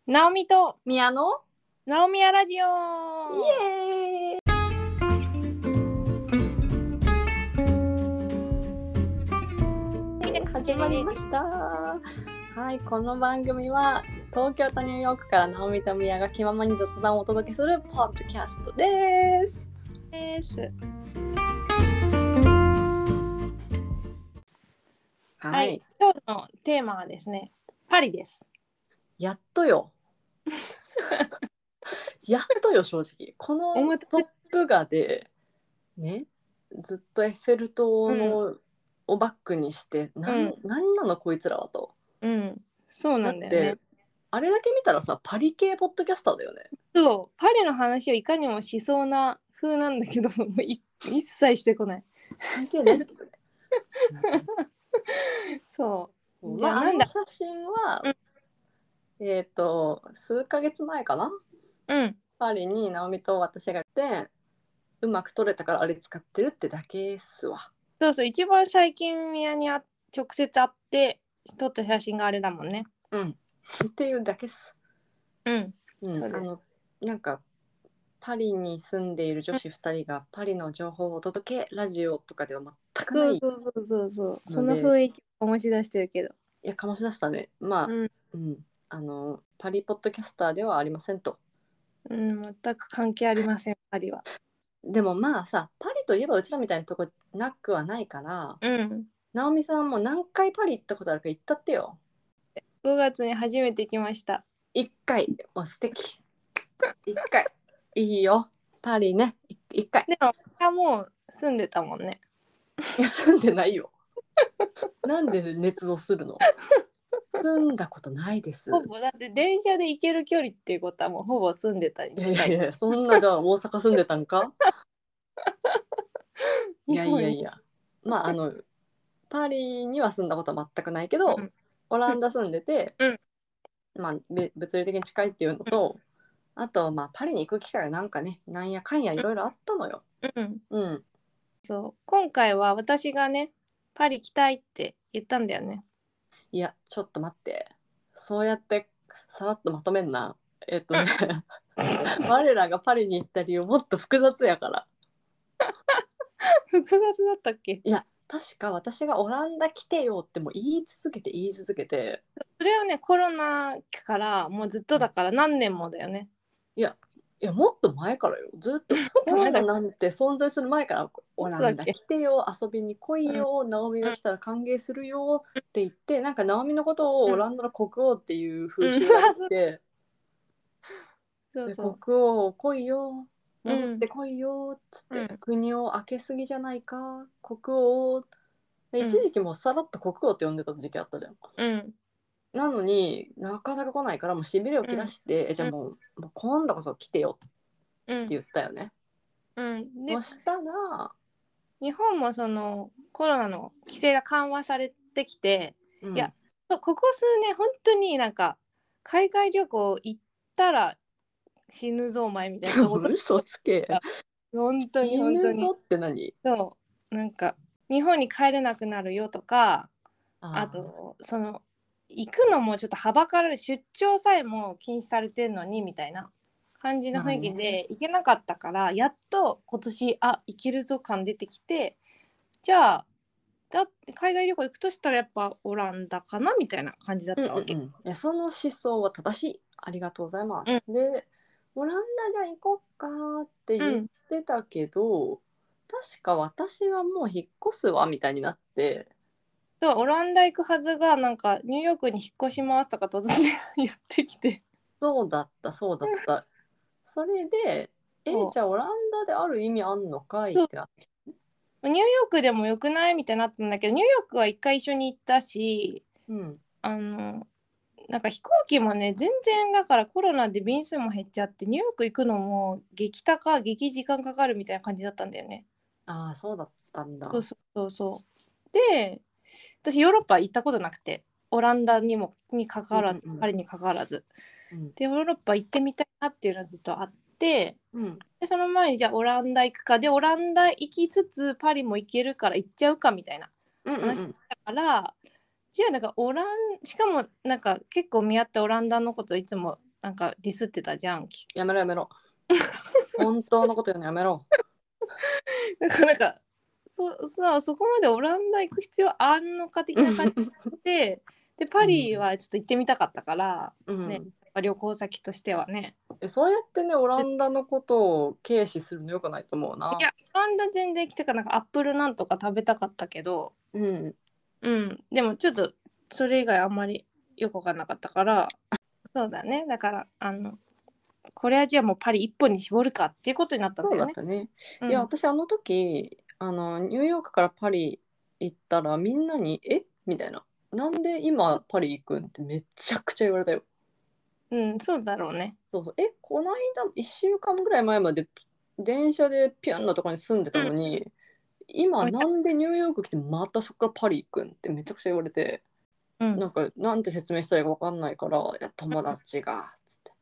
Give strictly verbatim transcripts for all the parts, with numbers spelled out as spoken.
ナオミと宮野ナオミヤラジオ。 イエーイ。始まりました。はい、この番組は東京とニューヨークからナオミと宮が気ままに雑談をお届けするポッドキャストです。 ですはい、 はい、今日のテーマはですね、パリです。 やっとよやっとよ正直このトップ画でね、ずっとエッフェル塔の、うん、をバックにしてなん、うん、なんなのこいつらはと。 うん、そうなんだよね。 だってあれだけ見たらさ、パリ系ポッドキャスターだよね。 そう、パリの話をいかにもしそうな風なんだけど一切してこない。 関係ないけどねそう。 まあ、あの写真は、うん、えっ、ー、と数ヶ月前かな、うん、パリにナオミと私がいてうまく撮れたからあれ使ってるってだけっすわ。 そうそう、一番最近宮に直接会って撮った写真があれだもんね。 うんっていうだけっす。うん、うん、あのなんかパリに住んでいる女子ふたりがパリの情報をお届けラジオとかでは全くない。 そうそうそうそう、その雰囲気を醸し出してるけど。 いや醸し出したね。まあ、うんうん、あのパリポッドキャスターではありませんと。 うん、全く関係ありません、パリは。 でもまあさ、パリといえばうちらみたいなとこなくはないから、うん、ナオミさんも何回パリ行ったことあるか言ったってよ。 ごがつに初めて行きました。 いっかい、もう素敵。いっかいいいよパリね。いっかい。 でも私はもう住んでたもんね。 いや住んでないよなんで捏造するの住んだことないです。 ほぼだって電車で行ける距離っていうことはもうほぼ住んでたに近い。 いやいやいや、そんなじゃあ大阪住んでたんかいやいやいや、まああのパリには住んだことは全くないけど、うん、オランダ住んでて、うん、まあ物理的に近いっていうのと、うん、あとまあパリに行く機会がなんかね、なんやかんやいろいろあったのよ。うん、 うん、そう今回は私がねパリ行きたいって言ったんだよね。 いやちょっと待って、そうやってさらっとまとめんな。えっとね我らがパリに行った理由もっと複雑やから複雑だったっけ。 いや確か私がオランダ来てよっても言い続けて言い続けて、 それはねコロナからもうずっとだから何年もだよね。 いやいやもっと前からよ、ずっとコロナなんて存在する前からオランダ来てよ、遊びに来いよ、うん、ナオミが来たら歓迎するよって言って、うん、なんかナオミのことをオランダの国王っていう風習があって、うん、で国王来いよ戻ってこいよっつって、うん、国を開けすぎじゃないか国王、で一時期もうさらっと国王って呼んでた時期あったじゃん、うん、なのになかなか来ないからもうしびれを切らして、うん、じゃあもう、もう今度こそ来てよって言ったよね、うんうん、でそしたら日本もそのコロナの規制が緩和されてきて、うん、いやここ数年本当になんか海外旅行行ったら死ぬぞお前みたいな嘘つけ本当に本当に死ぬぞって何？ そうなんか日本に帰れなくなるよとか、 あ, あとその行くのもちょっとはばかられ、出張さえも禁止されてるのにみたいな感じの雰囲気で行けなかったから、ね、やっと今年あ行けるぞ感出てきて、じゃあだって海外旅行行くとしたらやっぱオランダかなみたいな感じだったわけ、 うんうんうん、いやその思想は正しい、ありがとうございます、うん、でオランダじゃあ行こっかって言ってたけど、うん、確か私はもう引っ越すわみたいになって、 そうオランダ行くはずがなんかニューヨークに引っ越しますとか突然言ってきて、 そうだったそうだったそれでえじゃあオランダである意味あんのかいってなってきて、 ニューヨークでもよくないみたいになったんだけど、ニューヨークは一回一緒に行ったし、うん、あのなんか飛行機もね全然だからコロナで便数も減っちゃってニューヨーク行くのも激高激時間かかるみたいな感じだったんだよね。 ああそうだったんだ。 そうそうそうで私ヨーロッパ行ったことなくて、オランダにもに関わらず、うんうん、パリに関わらず、うん、でヨーロッパ行ってみたいなっていうのはずっとあって、うん、でその前にじゃあオランダ行くかでオランダ行きつつパリも行けるから行っちゃうかみたいな話だから、うんうんうん、じゃあなんかオランしかもなんか結構見合ってオランダのこといつもなんかディスってたじゃん。 やめろやめろ本当のこと言うのやめろなんかなんかそさそこまでオランダ行く必要あんのか的な感じででパリはちょっと行ってみたかったから、 うんね、やっぱ旅行先としてはね。 そうやってねオランダのことを軽視するのよくないと思うな。 いやオランダ全然来てからなんかアップルなんとか食べたかったけど、 うんうん、でもちょっとそれ以外あんまりよく分かんなかったからそうだねだからあのこれはじゃあもうパリ一本に絞るかっていうことになったんそうだよね。 だったね、 うん、 いや私あの時あのニューヨークからパリ行ったらみんなに「えみたいななんで今パリ行くん?」ってめちゃくちゃ言われたよ。 うん、そうだろうね。 そうそうえこの間いっしゅうかんぐらい前まで電車でピュンのところに住んでたのに、今なんでニューヨーク来てまたそこからパリ行くんってめちゃくちゃ言われて、 うん、 なんかなんて説明したらいいか分かんないから「いや友達が」つって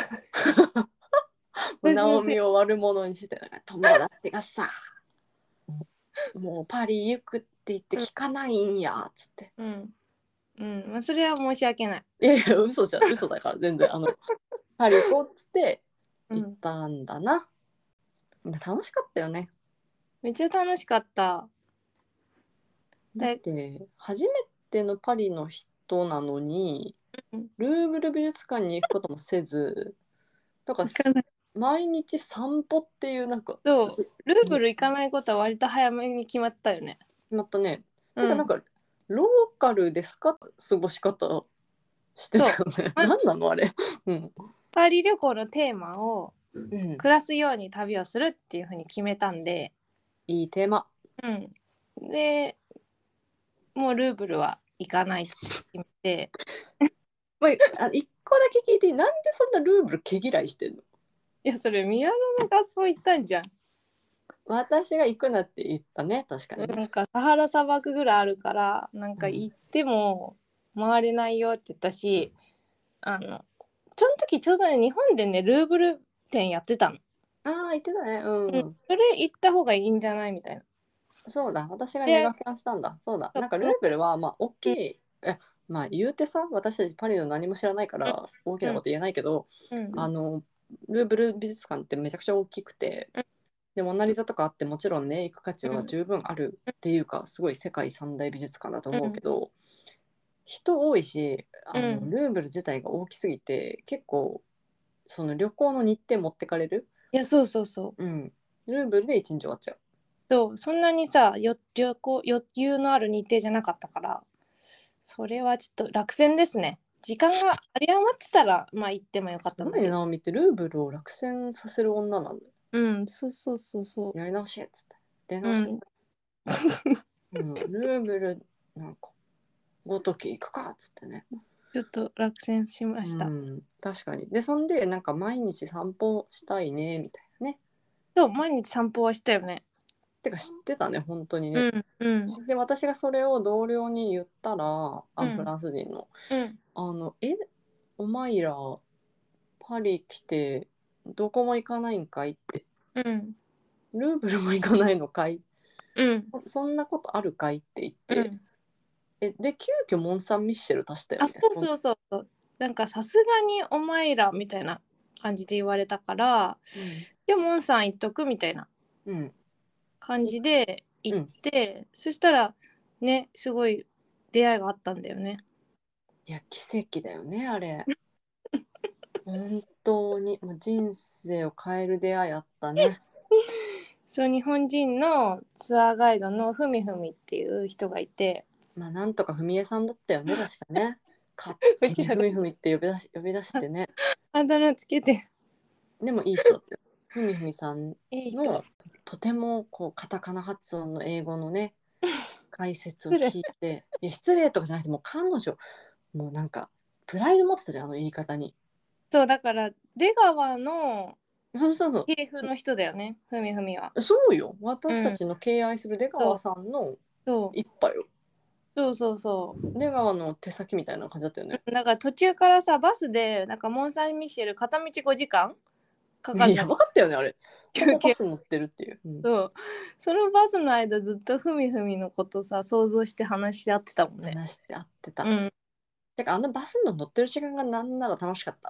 ナオミを悪者にして友達がさもうパリ行くって言って聞かないんやつって、 うんうん、まあ、それは申し訳ない。 いやいや嘘じゃ嘘だから全然あのパリ行こうっつって行っうん、 たんだな、楽しかったよね。 めっちゃ楽しかった。 だっで、 て初めてのパリの人なのにうんルーブル美術館に行くこともせずだから行かない。 毎日散歩っていうなんかそう、ルーブねル行かないことは割と早めに決まったよね。 決まったね、 うん、 てかなんかローカルですか過ごし方してたそう、 よねまず何なのあれうんパリ旅行のテーマをうん暮らすように旅をするっていうふうに決めたんで、 いいテーマ。 うん、でもうルーブルは行かないって決めて。 まあ、あ一個だけ聞いていいなんでそんなルーブル毛嫌いしてんの？ いやそれ宮野がそう言ったんじゃん。 私が行くなって言ったね確かにね。 なんかサハラ砂漠ぐらいあるからなんかうん行っても回れないよって言ったし、あのその時ちょうどね日本でねルーブル展やってたの。 ああ言ってたねううん、 ん。 それ行った方がいいんじゃないみたいな。 そうだ私がネで、 ガキャンしたんだそうだそうなんかルーブルはまあ大きうんいえまあ言うてさ私たちパリの何も知らないから大きなこと言えないけど、 うんあのルーブル美術館ってめちゃくちゃ大きくてうんでモナリザとかあってもちろんね行く価値はうん十分あるっていうかすごい世界三大美術館だとうん思うけど、人多いしあのうん、 ルーブル自体が大きすぎて結構その旅行の日程持ってかれる、 いやそうそうそううん、ルーブルで一日終わっちゃう。 そうそんなにさよ旅行余裕のある日程じゃなかったからそれはちょっと落選ですね。時間が有り余ってたらまあ行ってもよかっすごいねたんだけど。 直美ってルーブルを落選させる女なんだよ。 うんそうそうそうそやり直しっつって出う。う直して、 んうん、ルーブルなんかごとき行くかっつってね。 ちょっと落選しました。 うん、確かにでそんでなんか毎日散歩したいねみたいなね。 そう毎日散歩はしたよね。 てか知ってたね本当にね。 うんうんで私がそれを同僚に言ったらあうんのフランス人のうんあのえお前らパリ来てどこも行かないんかいってうんルーブルも行かないのかいうんそんなことあるかいって言ってうんえで急遽モン・サン・ミッシェル足したよあね。 そうそうそうそうなんかさすがにお前らみたいな感じで言われたからじゃあモンさん行っとくみたいなうん、うん、 感じで行っうんて、そしたらねすごい出会いがあったんだよね。 いや奇跡だよねあれ本当にもう人生を変える出会いあったね。 そう日本人のツアーガイドのふみふみっていう人がいてまあなんとかふみえさんだったよね確かね勝手にうちらがふみふみって呼び出し呼び出してね。 あだ名つけてでもいい人だったよ。ふみふみさんいい人。 のとてもこうカタカナ発音の英語のね解説を失礼聞いていや失礼とかじゃなくてもう彼女もうなんかプライド持ってたじゃんあの言い方に。 そうだから出川のそうそうそ系譜の人だよねふみふみは。 うそうようん私たちの敬愛する出川さんのそう一派よ。 そうそうそ出川の手先みたいな感じだったよね。 うだから途中からさバスでなんかモン・サン・ミシェル片道ごじかんかかねるのやばかったよねあれ。ほぼバ休憩。 ス乗ってるっていう。うん、 そうそのバスの間ずっとふみふみのことさ想像して話し合ってたもんね。 話して合ってた。 うんてかあのバスの乗ってる時間がなんなら楽しかった。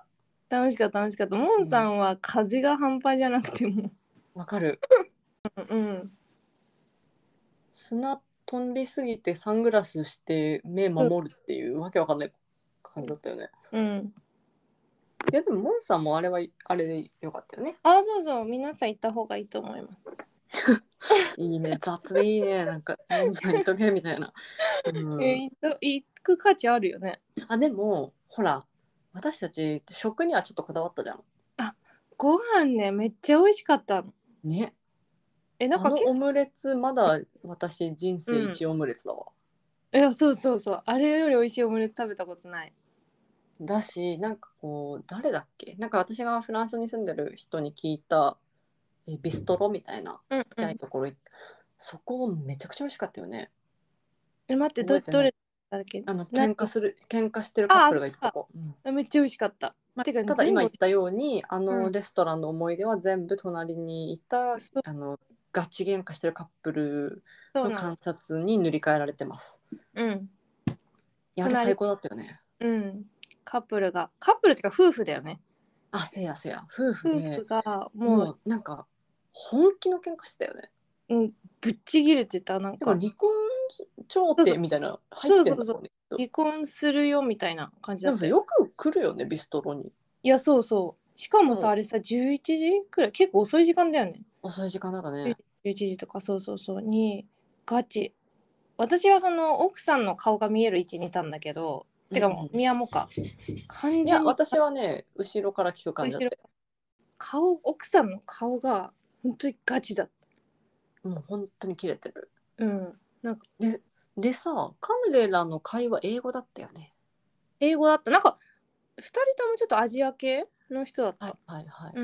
楽しかった楽しかった。モンさんは風が半端じゃなくてもわかる。 うん。 砂飛びすぎてサングラスして目守るっていうわけわかんない感じだったよね。 うん。 いやでもモンさんもあれはあれでよかったよね。 あ、そうそう、皆さん行った方がいいと思います。 いいね、雑でいいね、なんかモンさん行っとけみたいな。うん、 えー、行く価値あるよね。 あでもほら私たち食にはちょっとこだわったじゃん。 あ、ご飯ね、めっちゃ美味しかったの。 ね。 え、なんか結あのオムレツまだ私人生うん。 一オムレツだわ。 いや、そうそうそう。あれより美味しいオムレツ食べたことない。 だしなんかこう誰だっけ、なんか私がフランスに住んでる人に聞いたえビストロみたいなちっちゃいうんうん。 ところ行って、そこめちゃくちゃ美味しかったよね。 え、待って、ど、 覚えてない？ どれだっけ？ あの何？ 喧嘩する喧嘩してるカッああ、 プルそっか。 がいたとこ、うん、 あめっちゃ美味しかった。 まあ、 てか、 ただ全部美味し今言ったようにあい。うん。 のレストランの思い出は全部隣にいたそう、 あのガチ喧嘩してるカップルのそうなの。 観察に塗り替えられてます。 うん。 いやあれ最隣、 高だったよね。 うん。カップルが、カップルっていうか夫婦だよね。 あせやせや夫婦で夫婦がもう、 もうなんか本気の喧嘩してたよね。 うん、ぶっちぎれてた、なんか。 てか離婚調そうそう停みたいな入っそうそうそう。 てんだろうね。 離婚するよみたいな感じだったよ。 でもさよく来るよねビストロに。 いや、そうそう。しかもさ、 もうあれさ、じゅういちじくらい、結構遅い時間だよね。 遅い時間だったじゅね。 ういちじとか、そうそうそう、に、ガチ。私はその奥さんの顔が見える位置にいたんだけど、てかもう、 うんうん、 宮もか。完いや全に私はね後ろから聞く感じだっ後ろ、 たよ。 顔、奥さんの顔が本当にガチだった。 もう本当に切れてる。 うん。なんか、 ででさ彼らの会話英語だったよね。 英語だった。なんか、ふたりともちょっとアジア系の人だっはいた。 はいはい。 うんうん。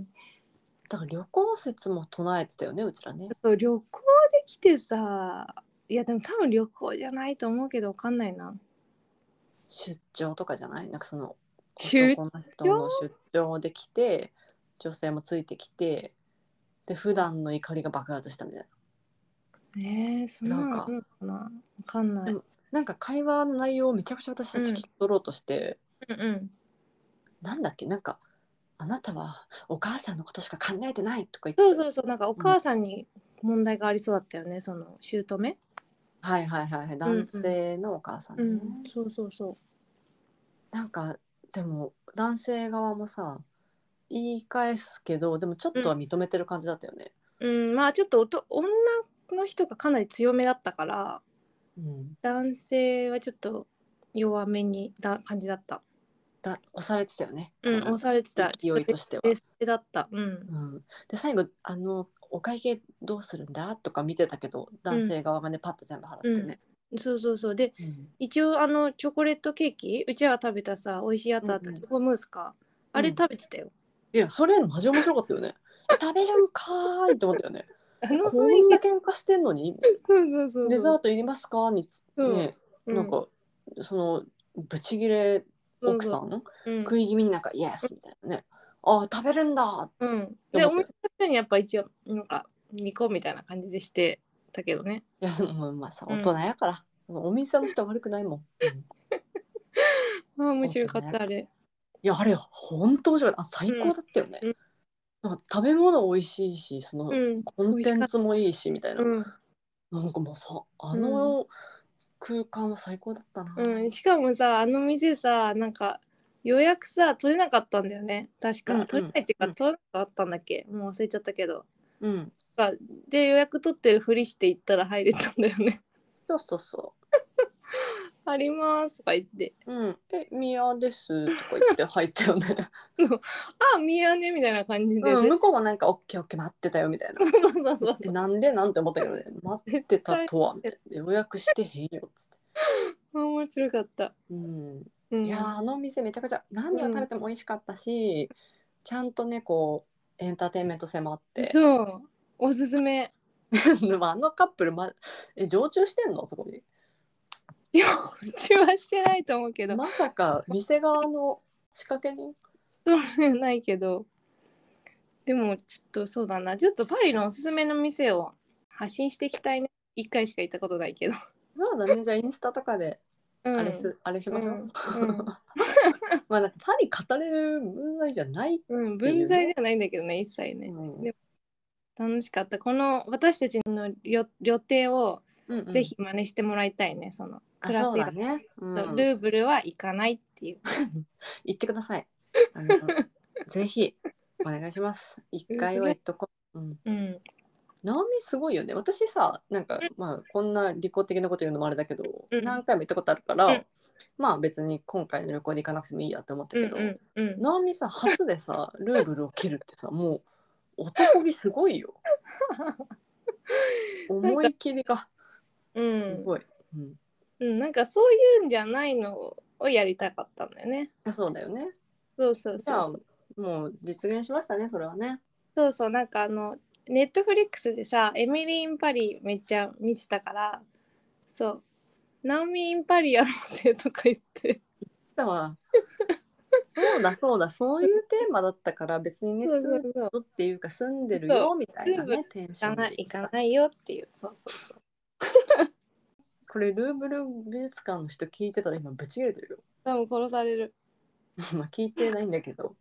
だから旅行説も唱えてたよねうちらね。 そう旅行できてさ、いやでも多分旅行じゃないと思うけどわかんないな。 出張とかじゃない、なんかその出男の人の張？ 出張で来て女性もついてきてで普段の怒りが爆発したみたいえー、そんな。なんかなのあるのかな、わかんない。 でもなんか会話の内容をめちゃくちゃ私たち聞うんき取ろうとして、 うんうん。 なんだっけ、なんかあなたはお母さんのことしか考えてないとか言ってたよ。 そうそうそう、なんかおうん、 母さんに問題がありそうだったよね、その姑。 はいはいはいはい、男うんうん性のお母さんね。 うん、そうそうそなんかでも男性側もさ言い返すけどでもちょっう。うんとは認めてる感じだったよね。 うん、まあちょっとおと女の人がかなり強めだったから、 うん、 男性はちょっと弱めにだ感じだった。 だ押されてたよねうん、 こう押されてた。ちょっと勢いとしては。 劣勢だった。うん。 うん、で最後あのお会計どうするんだとか見てたけど男うん性側がねパッと全部払っうん。 てね。 そうそうそう。で、 うん、 一応あのチョコレートケーキ、うちらが食べたさ、美味しいやつあった、 うんうんチョコムースか。あれうん、 食べてたよ。 いやそれマジ面白かったよね。え食べるんかーいって思ったよね。 あえの雰囲気。 こんな喧嘩してんのにみたいな。 そうそうそうデそう。 ザートいりますかにつそうね、 うん。 なんかそのブチギレそうそう。 奥さんうん。 食い気味になんかイエスみたいなね、ああ食べるんだっうん。で、お店て思ったよ。 の人にやっぱ一応、なんか、にこみたいな感じでしてたけどね。 いやそのまあさ大うん。 人やからお店の人は悪くないもん、うん、 ああ、面大白かった、 人やから。 あれ。 いやあれほんと面白い、あ最うん。 高だったよね。 うん。 なんか食べ物美味しいしそのうん。 コンテン美味しかった。 ツもいいしみたいな、 うん。 なんかもうさあうん。 の空間は最高だったな。 うん。しかもさ、あの店さ、なんか、予約さ、取れなかったんだよね。確か。 うんうん取れないっていうか、 うん取れなかったんだっけ、もう忘れちゃったけど。 うんがで、予約取ってるふりして行ったら入れたんだよね。 そうそうそありますとか言って。 う、うん、え宮ですとか言って入ったよね。 あ、宮根みたいな感じで。 うん、 絶向こうもなんか、オッケーオッケー待ってたよみたいな。 そうそうそうえ、 そう。 なんでなんて思ったけどね、待ってた絶対とはみたいな。予約してへんよっつって。 面白かった。 うん。いやー、 うん。 あのお店めちゃくちゃ何を食べうん。 ても美味しかったし、ちゃんとね、こう、エンターテインメント性もあって。 そう。おすすめ。 でもあのカップル、ま、え、常駐してんのそこに。 うちはしてないと思うけど。 まさか、店側の仕掛け人。 そうじゃないけど。でも、ちょっとそうだな。ちょっとパリのおすすめの店を発信していきたいね。一回しか行ったことないけど。 そうだね、じゃあインスタとかで、 うん。 あれす、あれしましょう。 うん。うん。 まあなんかパリ語れる分際じゃないっうん、 ていうね。 分際ではないんだけどね、一切ね。 うんでも楽しかった。この私たちの予予定をうんうん、 ぜひ真似してもらいたいね。そのあ、そうクラスやだね。うルん。 ーブルは行かないっていう。 言ってください。あのぜひお願いします。一回はルーブルは、 言っとこう。うん。 うん。 ナオミすごいよね。私さ、なんかまあこんな利己的なこと言うのもあれだけど、 うん何回も行ったことあるかうんら、まあ別に今回の旅行で行かなくてもいいやって思ったうんけど、 うんうん。 ナオミさ、初でさ、ルーブルを切るってさ、もう男気すごいよ。 なんか、 思い切りがうん、 すごい。うん。 うん、なんかそういうんじゃないのをやりたかったんだよね。 あ、そうだよね。 そうそうじゃあそうそう。 もう実現しましたね、それはね。 そうそう、なんかあの、ネットフリックスでさ、エミリー・イン・パリめっちゃ見てたから、そう、ナオミ・イン・パリやろうぜとか言って。 だわ。そうだそうだ、そういうテーマだったから別にね、 そうずっそうそう。 とっていうか住んでるそう、 よみたいルーブルなね、テンション行かない、 で言った。 行かないよっていう、そうそうそう。 これルーブル美術館の人聞いてたら今ブチ切れてるよ。 多分殺される。 まあ聞いてないんだけど。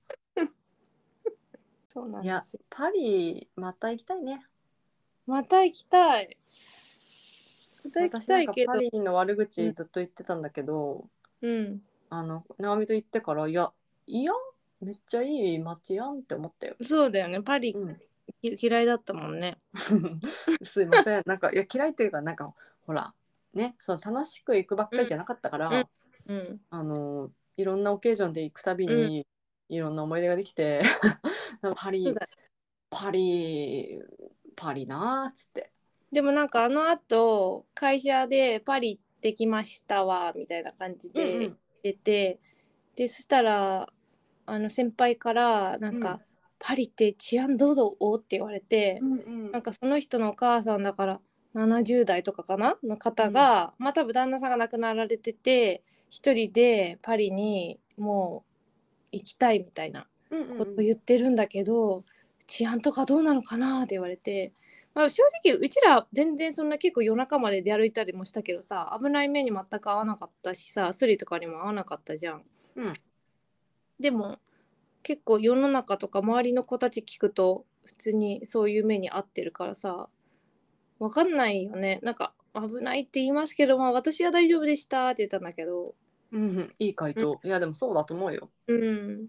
そうないや、 んですよ。 パリまた行きたいね。 また行きたい。また行き私なんかたいけど、 パリの悪口うん、 ずっと言ってたんだけど、 うん。 あの、直美と行ってから、いや、いや、めっちゃいい街やんって思ったよ。 そうだよね。パリうん。 き嫌いだったもんね。 すいません。なんか、いや、嫌いというか、なんか、ほら、ね、その楽しく行くばっうん、 かりじゃなかったかうん、 ら、 うん、 あの、いろんなオケージョンで行くたびうん。 に、いろんな思い出ができて、パリ、 そうだ。 パリ、パリなーっつって。 でもなんかあの後、会社でパリ行ってきましたわ、みたいな感じでうんうん出て、で、そしたら、あの先輩からなんうんかパリって治安どうぞって言われて、 うんうんなんかその人のお母さんだからななじゅう代とかかなの方うんが、まあ多分旦那さんが亡くなられてて一人でパリにもう行きたいみたいなうんうんことをうん。 言ってるんだけど、治安とかどうなのかなって言われて、まあ、正直うちら全然そんな結構夜中まで出歩いたりもしたけどさ、危ない目に全く合わなかったしさ、スリとかにも合わなかったじゃん。 うん。 でも結構世の中とか周りの子たち聞くと普通にそういう目に遭ってるからさ、わかんないよね。なんか危ないって言いますけど、まあ私は大丈夫でしたって言ったんだけど、 うんうん、いい回答。いや、でもそうだと思うよ。 うん、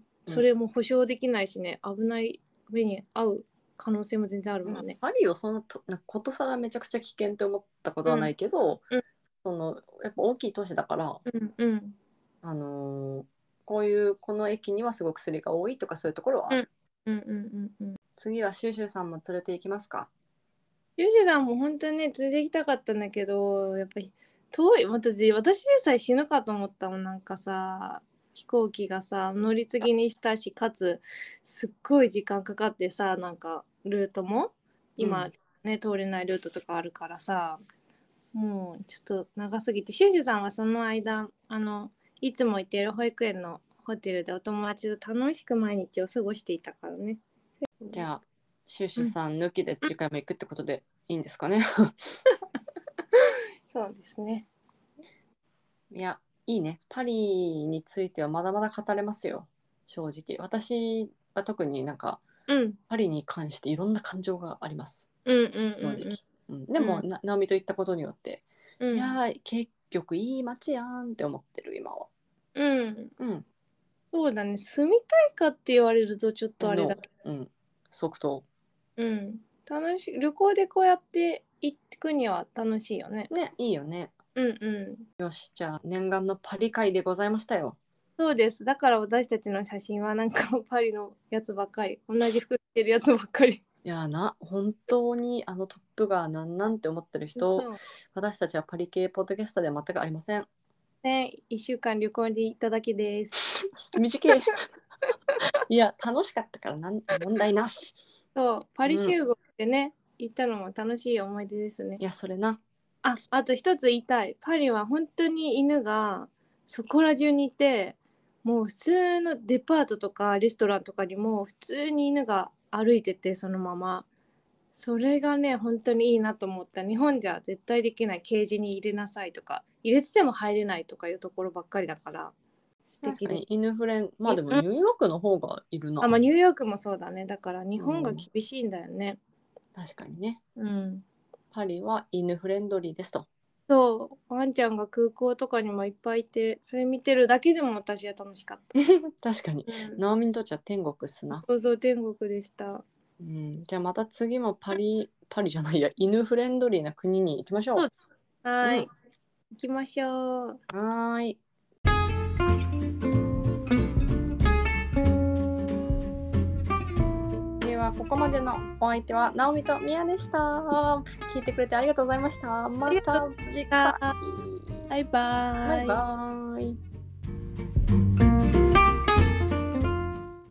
うん。 それも保証できないしね、危ない目に遭う可能性も全然あるうん、 もんね。 パリをそんなと、なんかことさらめちゃくちゃ危険って思ったことはなうん、 いけど、 うん、 そのやっぱ大きい都市だから、 うん、うん、 あのーこういうこの駅にはすごくスリが多いとかそういうところはうん、 ある。 うん、うん、うん。 次はシュウシュウさんも連れて行きますか？ ユージさんも本当にね、連れて行きたかったんだけど、やっぱり遠い、またで私でさえ死ぬかと思ったもん、なんかさ、飛行機がさ、乗り継ぎにしたし、かつ、すっごい時間かかってさ、なんか、ルートも、今、 うん。 ね、通れないルートとかあるからさ、もうちょっと長すぎて、シュウジさんはその間、あの、いつも行っている保育園のホテルでお友達と楽しく毎日を過ごしていたからね。 じゃあシュウシュうん、 ウさん抜きで次回も行くってことでいいんですかね？ そうですね。 いや、いいね。パリについてはまだまだ語れますよ。正直。私は特になんかうん、 パリに関していろんな感情があります。 うん、うん、 正直。 うん、 うん、でうん。 もな直美と行ったことによって、いやうん、 ー結局いい街やんって思ってる今は。 うん、 うん。 そうだね。住みたいかって言われるとちょっとあれだの、 けうん。即答。 ど、うん。楽しい。旅行でこうやって行ってくには楽しいよね。 ね、いいよね。 うんうん。 よし、じゃあ念願のパリ会でございましたよ。 そうです。だから私たちの写真はなんかパリのやつばっかり。同じ服着てるやつばっかり。 いやーな、本当にあのトップがなんなんて思ってる人、 そう。 私たちはパリ系ポッドキャスターでは全くありません。 ね、いっしゅうかん旅行に行っただけです。 短い。いや、楽しかったからなん問題なし。 そう、パリうん。 集合でね、行ったのも楽しい思い出ですね。 いや、それな。 あ、あと一つ言いたい。パリは本当に犬がそこら中にいて、もう普通のデパートとかレストランとかにも普通に犬が歩いててそのまま。それがね、本当にいいなと思った。日本じゃ絶対できないケージに入れなさいとか、入れてても入れないとかいうところばっかりだから、 素敵で。 確かに犬フレンまあでもニューヨークの方がいるな。 あ、まあニューヨークもそうだね。だから日本が厳しいんだよね。 うん、確かにね。 うん。 パリは犬フレンドリーですと。 そう、ワンちゃんが空港とかにもいっぱいいて、それ見てるだけでも私は楽しかった。 確かに。 うん、 ナオミにとっちゃ天国っすな。 そうそう、天国でした。 うん、じゃあまた次もパリ、パリじゃないや、犬フレンドリーな国に行きましょう。 はい、 うん、 行きましょう。 はーい。ではここまでのお相手はナオミとミヤでした。聞いてくれてありがとうございました。また次回。 バイバーイ。 バイバーイ。